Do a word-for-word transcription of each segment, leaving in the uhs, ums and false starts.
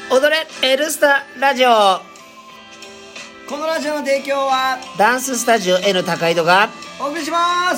踊れエルスタラジオ。 このラジオの提供はダンススタジオ N 高井戸がお送りします。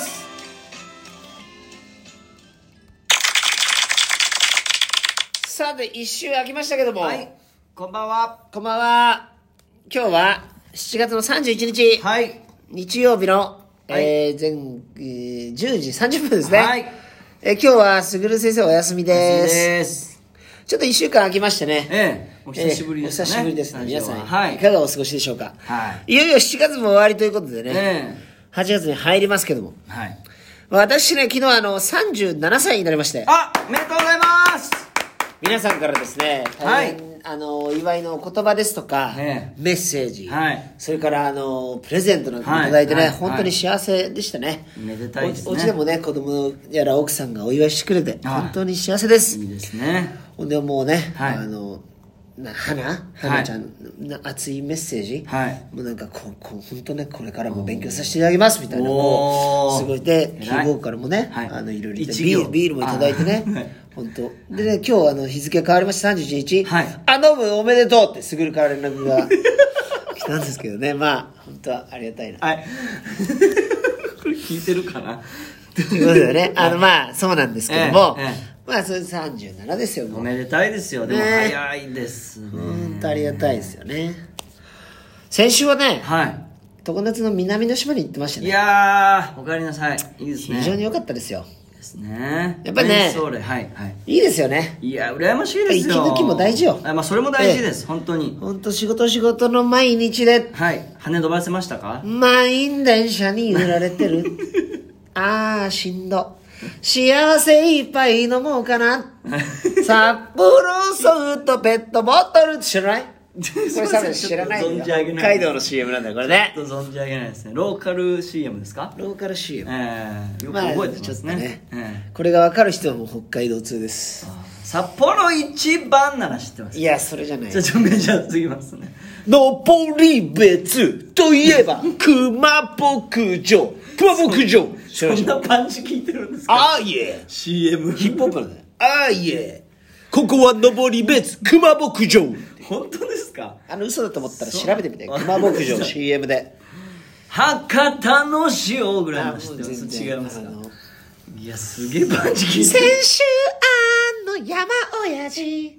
さて一週空きましたけども、 はい、こんばんは。 こんばんは。今日はしちがつのさんじゅういちにち、 はい、 日曜日の、 はい、 えー、前、えー、じゅうじさんじゅっぷんですね。 はい、 えー、今日はすぐる先生お休みです。 ですちょっと一週間空きましてね。 ええ、お久しぶりですね。 えー、お久しぶりですね。皆さん、 はい、 いかがお過ごしでしょうか。 はい。 いよいよしちがつも終わりということでね。 ええ、 はちがつに入りますけども。 はい。 私ね、昨日あの、さんじゅうななさいになりまして。 あ、おめでとうございます。 皆さんからですね、大変、はい、あの、お祝いの言葉ですとか、 ね、 メッセージ、 はい、 それからあの、プレゼントなんかいただいてね、はい、本当に幸せでしたね。 めでたいですね。 お家でもね、子供やら奥さんがお祝いしてくれて、本当に幸せです。 いいですね。 ほんでもうね、 はい、 あの、な花花ちゃん、はい、熱いメッセージ、はい、もうなんかこうこう本当ね、これからも勉強させていただきますみたいなのをすごいで、キーボーからもね、はい、あのいろいろビールビールもいただいてね、はい、本当でね、今日あの日付変わりましてさんじゅういちにち、はい、あノブおめでとうってすぐるから連絡が来たんですけどね、まあ本当はありがたいな。はい。 これ聞いてるかな。 ということでね、あのまあそうなんですけども。ええええ、まあそれさんじゅうななですよ。もうおめでたいですよ。でも早いですね。 本当ありがたいですよね。先週はね、はい、常夏の南の島に行ってましたね。 いやー、おかえりなさい。いいですね。 非常に良かったですよ。 ですね。 やっぱりね、 はいはい、 いいですよね。 いや羨ましいですよ。 息抜きも大事よ。 あ、まあそれも大事です。本当に。 本当仕事仕事の毎日で。 はい。羽飛ばせましたか？ 満員電車に揺られてる。あーしんど。幸せいっぱい飲もうかな。札幌ソフトペットボトル知らない？これ多分知らないんだよ。北海道の シーエム なんだよこれね。 ちょっと存じ上げないですね。ローカル シーエム ですか？ ローカル シーエム。 ええー、よく覚えてますね。まあ、ね、 えー、これが分かる人はもう北海道通です。 札幌一番なら知ってます。 いやそれじゃない。 じゃあちょメジャーすぎますね。 登別といえば熊牧場。熊牧場。 そんなパンチ聞いてるんですか？ あーいえシーエムヒップホップなんだよ。あーいえここは登別熊牧場。 本当ですか？ あの嘘だと思ったら調べてみて。熊牧場 シーエム で博多の塩ぐらいの知ってます？違いますか？いやすげえパンチ聞いてる。 先週あの山親父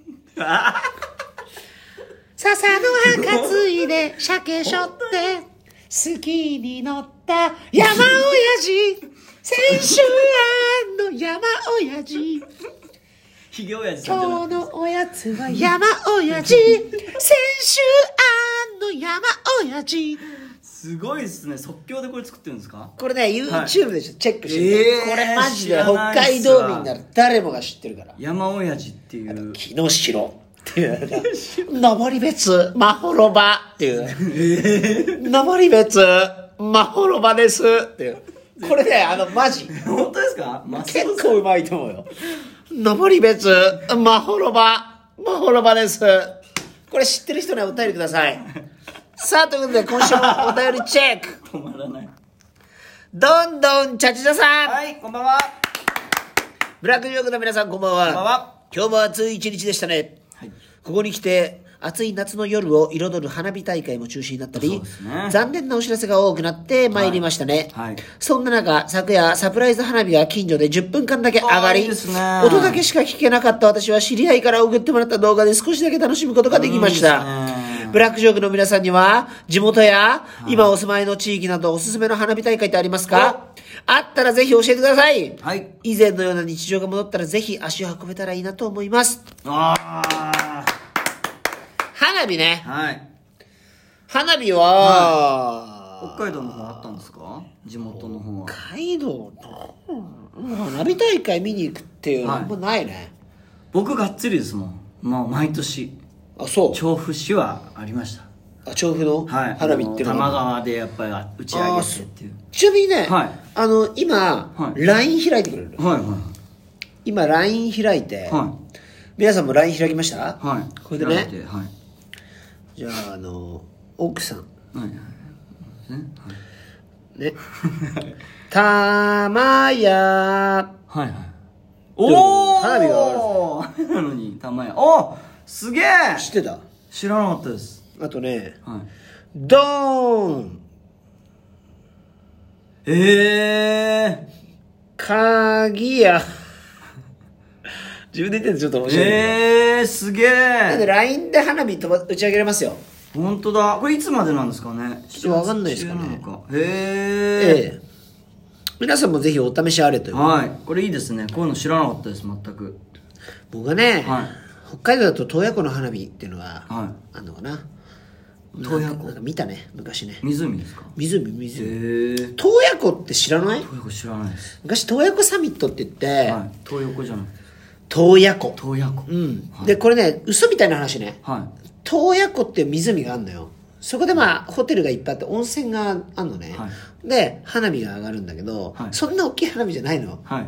笹の葉担いで鮭しょって好きに乗った山親父先週あの山親父ひげ親父さんじゃなくて今日のおやつは山親父先週あの山親父すごいですね。即興でこれ作ってるんですか？ これね YouTube でチェックして、はい、これマジで北海道民なら誰もが知ってるから。 山親父っていう木の城っていう登別まほろばっていう、えー、登別まほろばですっていうこれねあのマジ本当ですか？ 結構うまいと思うよ。登別まほろばまほろばです。これ知ってる人にはお便りください。さあということで今週もお便りチェック。 止まらない。 どんどんちゃちださん。 はい、こんばんは。 ブラックジョークの皆さんこんばんは。 こんばんは。 今日も暑い一日でしたね。はい、ここに来て暑い夏の夜を彩る花火大会も中止になったり、ね、残念なお知らせが多くなってまいりましたね、はいはい、そんな中昨夜サプライズ花火が近所でじゅっぷんかんだけ上がり、いいですね、音だけしか聞けなかった私は知り合いから送ってもらった動画で少しだけ楽しむことができました。ブラックジョークの皆さんには地元や今お住まいの地域などおすすめの花火大会ってありますか？あったらぜひ教えてください、はい、以前のような日常が戻ったらぜひ足を運べたらいいなと思います。あ花火ね、はい、花火は、 はい、北海道の方あったんですか？地元の方は北海道の花火大会見に行くっていうのはもうないね、はい、 僕がっつりですもん。もう毎年あそう調布市はありました。 あ調布の花火っていうのは、はい、 多摩川でやっぱり打ち上げてっていう。 ちなみにね、はい、あの今、はい、ライン 開いてくれる、はいはい、今 ライン 開いて、はい、皆さんも ライン 開きました？はい。これでね、はい、じゃああの奥さん、はいはいね、ねたまやはいはいおお花火があるなのにたまやおすげえ。 知ってた？ 知らなかったです。 あとね、 はい、 ドーン。 えー。 鍵や。自分で言ってるのちょっと面白い。 えー、すげえ。 で ライン で花火飛ば打ち上げれますよ。 本当だ。これいつまでなんですかね。 ちょっとわかんないですかね。 へー、えええ。皆さんもぜひお試しあれという。 はい。これいいですね。こういうの知らなかったです、全く。 僕はね、 はい、 北海道だと洞爺湖の花火っていうのがあるのかな。 洞爺湖なんか見たね、昔ね。 湖ですか？ 湖、湖。 へー。 洞爺湖って知らない？ 洞爺湖知らないです。 昔洞爺湖サミットって言って、 はい。洞爺湖じゃない。 洞爺湖。 洞爺湖。 うん、 はい。 で、これね、嘘みたいな話ね。 はい。 洞爺湖っていう湖があるのよ。そこでまあ、ホテルがいっぱいあって温泉があるのね。 はい、 で、花火が上がるんだけど、はい、そんな大きい花火じゃないの。 はい。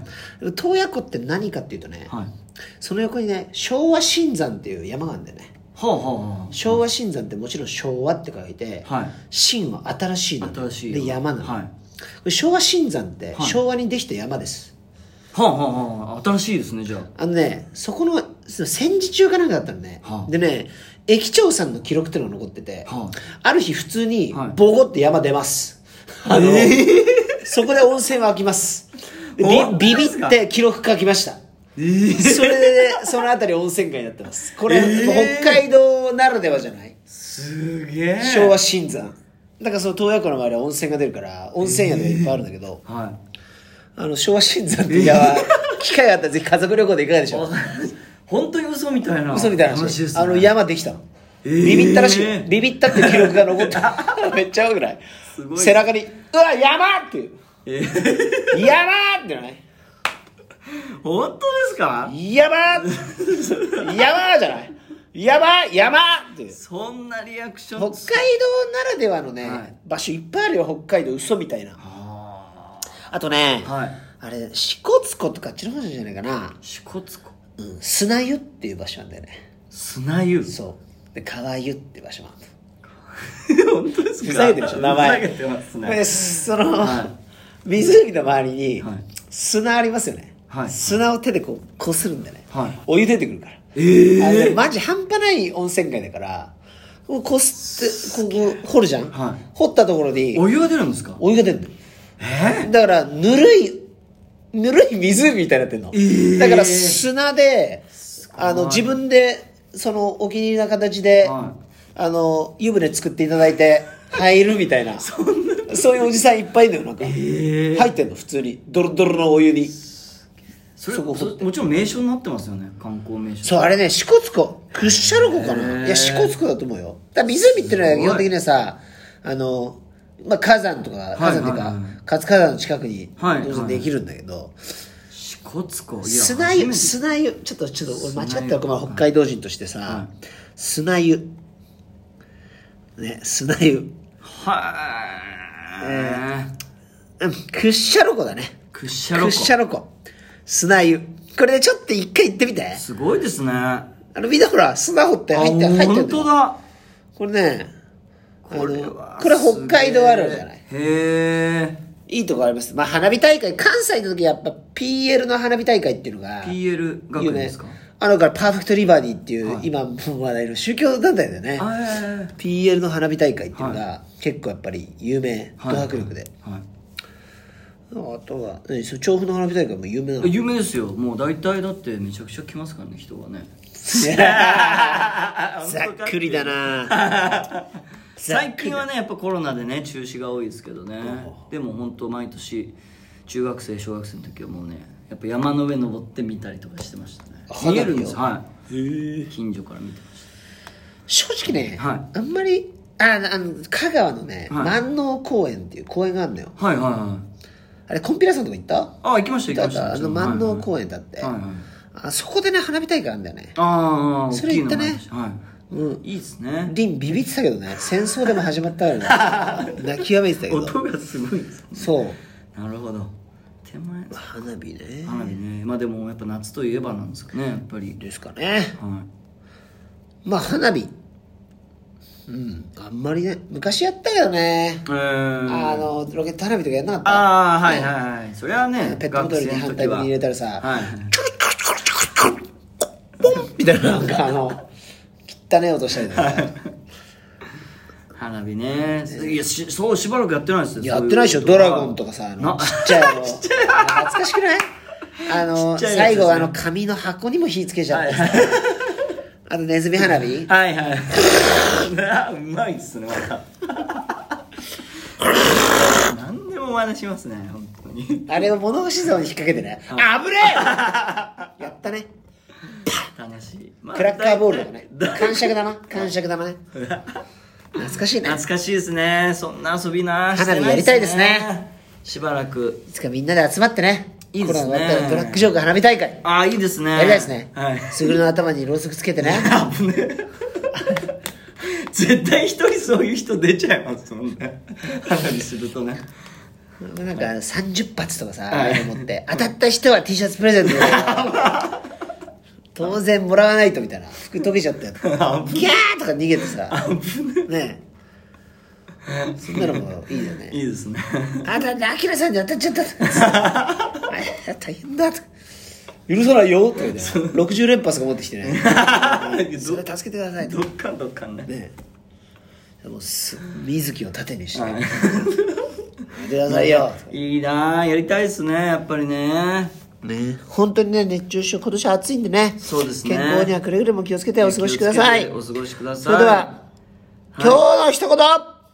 洞爺湖って何かっていうとね、 はい、 その横にね、昭和新山っていう山があるんだよね。 はあはあ、 昭和新山ってもちろん昭和って書いて、はい、新は新しいの。 新しい。 で、山なの。 はい、これ昭和新山って昭和にできた山です。 はあはあはあ、新しいですね、じゃあ。 あのね、そこの戦時中かなんかだったのね。はあ、でね、駅長さんの記録っていうのが残ってて、はあ、ある日普通にボコって山出ます。はい、あの、えー、そこで温泉は湧きます。ビ, ビビって記録書きました。えー、それで、そのあたり温泉街になってます。これ、えー、北海道ならではじゃない？ すげえ。 昭和新山。だからその洞爺湖の周りは温泉が出るから、温泉宿がいっぱいあるんだけど、えー、はい、あの昭和新山っていう山は、機会があったらぜひ家族旅行でいかがでしょう？ 本当に嘘みたいな嘘みたいな話です、ね、あの山できたの、えー、ビビったらしい。ビビったっていう記録が残っためっちゃ合うぐらい。すごい。背中にうわ山っていう、えー、山ってない？ 本当ですか？ 山山じゃない、山山っていう。 そんなリアクション。 北海道ならではのね、はい、場所いっぱいあるよ。北海道嘘みたいな。あ, あとね、はい、あれ支笏湖とかあっちの方じゃないかな。 支笏湖、 うん、砂湯っていう場所なんだよね。 砂湯。 そうで、川湯っていう場所もある本当ですか？ ふざけてるでしょ名前。 ふざけてますね。 でその、はい、湖の周りに砂ありますよね、はい、砂を手でこうこするんだよね、はい、お湯出てくるから。えー、あれマジ半端ない温泉街だから、こすってここ掘るじゃん、はい、掘ったところにお湯が出るんですか？ お湯が出るんだよ。えー、だからぬるいぬるい湖みたいになってんの、えー、だから砂であの自分でそのお気に入りな形で、はい、あの湯船作っていただいて入るみたいなそんなそういうおじさんいっぱいいるのよ。なんか、えー、入ってんの普通にドロドロのお湯に。 それそこもちろん名所になってますよね、観光名所。 そう、あれね、支笏湖屈斜路湖かな。いや支笏湖だと思うよ。だから湖ってのは基本的にはさ、あのまあ火山とか火山っていうか、はいはいはい、活火山の近くに当然できるんだけど、はいはい、 支笏湖、いや砂湯砂湯ちょっとちょっと俺間違ったらごめん、北海道人としてさ、はい、砂湯ね、砂湯はい、 えー、うん、屈斜路湖だね。 屈斜路湖屈斜路湖砂湯。これでちょっと一回行ってみて。 すごいですね。あのみんなほら砂掘って入って入ってる。 本当だ。 これね、あのこれこれ北海道あるじゃない。へえ。 いいとこあります。まあ花火大会、関西の時やっぱ ピーエル の花火大会っていうのがピーエル 学園ですか？ あのからパーフェクトリバディっていう、はい、今話題の宗教団体だよね。 ピーエル の花火大会っていうのが結構やっぱり有名、はい、ド迫力で、はいはい、あとは何、その調布の花火大会も有名なの？ 有名ですよ。もう大体だってめちゃくちゃ来ますからね、人がね。 ざっくりだな最近はねやっぱコロナでね中止が多いですけどね。でも本当毎年中学生小学生の時はもうねやっぱ山の上登って見たりとかしてましたね。見えるんですよ。はい。へ、近所から見てました。正直ね、はい、あんまりああの香川のね、はい、万能公園っていう公園があるのよ。はいはいはい。あれコンピラさんとか行った？ あ行きました行きました。 あの万能公園だって、はいはい、あそこでね花火大会あるんだよね。 ああそれ行ったね。 はい、うん、いいですね。 リンビビってたけどね、戦争でも始まったからね泣きわめいてたけど音がすごいですね。 そうなるほど。手前花火ね、 花火ね。まあでもやっぱ夏といえばなんですかね、やっぱりですかね。はい。まあ花火うんあんまりね昔やったけどね、えー、あのロケット花火とかやんなかった？ ああはいはいはい、それはねペットボトルに反対に入れたらさ、はい、ポンみたいな、なんかあの汚ねえ音したりとか花火ね。いやしそうしばらくやってないですよ。 やってないでしょ。ドラゴンとかさ、あのちっちゃいあの懐かしくない？あの最後あの紙の箱にも火つけちゃってさ、あとネズミ花火、 はいはい。うまいっすねまた。何でも真似しますね本当に。あれを物干し竿に引っ掛けてね、あぶねえやったね。 楽しい。 クラッカーボールとかね、感触玉感触玉ね。懐かしいね。 懐かしいですね。そんな遊びな花火やりたいですね。 しばらくいつかみんなで集まってね。 いいですね。 コロナ終わったらブラックジョーク花火大会。 ああいいですね。 やりたいですね。 はい。 すぐるの頭にろうそくつけてね。 危ねえ。絶対一人そういう人出ちゃいますもんね。花火するとね。 なんかさんじゅっ発とかさ、はい、思って当たった人は T シャツプレゼントで当然もらわないとみたいな、服溶けちゃったよギャーとか逃げてさねえ、そんなのもいいよね。 いいですね。 あたアキラさんに当たっちゃった大変だと許さないよってろくじゅう連発が持ってきてねそれ助けてくださいどっかんどっかんねねえ、もう水木を盾にして、ね、やってくださいよ。 いいなぁ、やりたいですねやっぱりね。 ね、本当にね、熱中症今年暑いんでね、 そうですね、 健康にはくれぐれも気をつけてお過ごしください。 お過ごしください。 それでは、はい、今日の一言、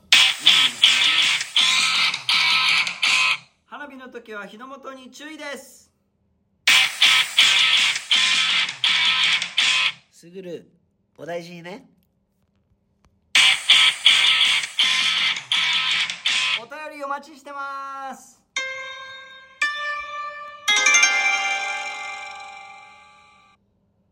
花火の時は火の元に注意です。 すぐるお大事にね。 お便りお待ちしてます。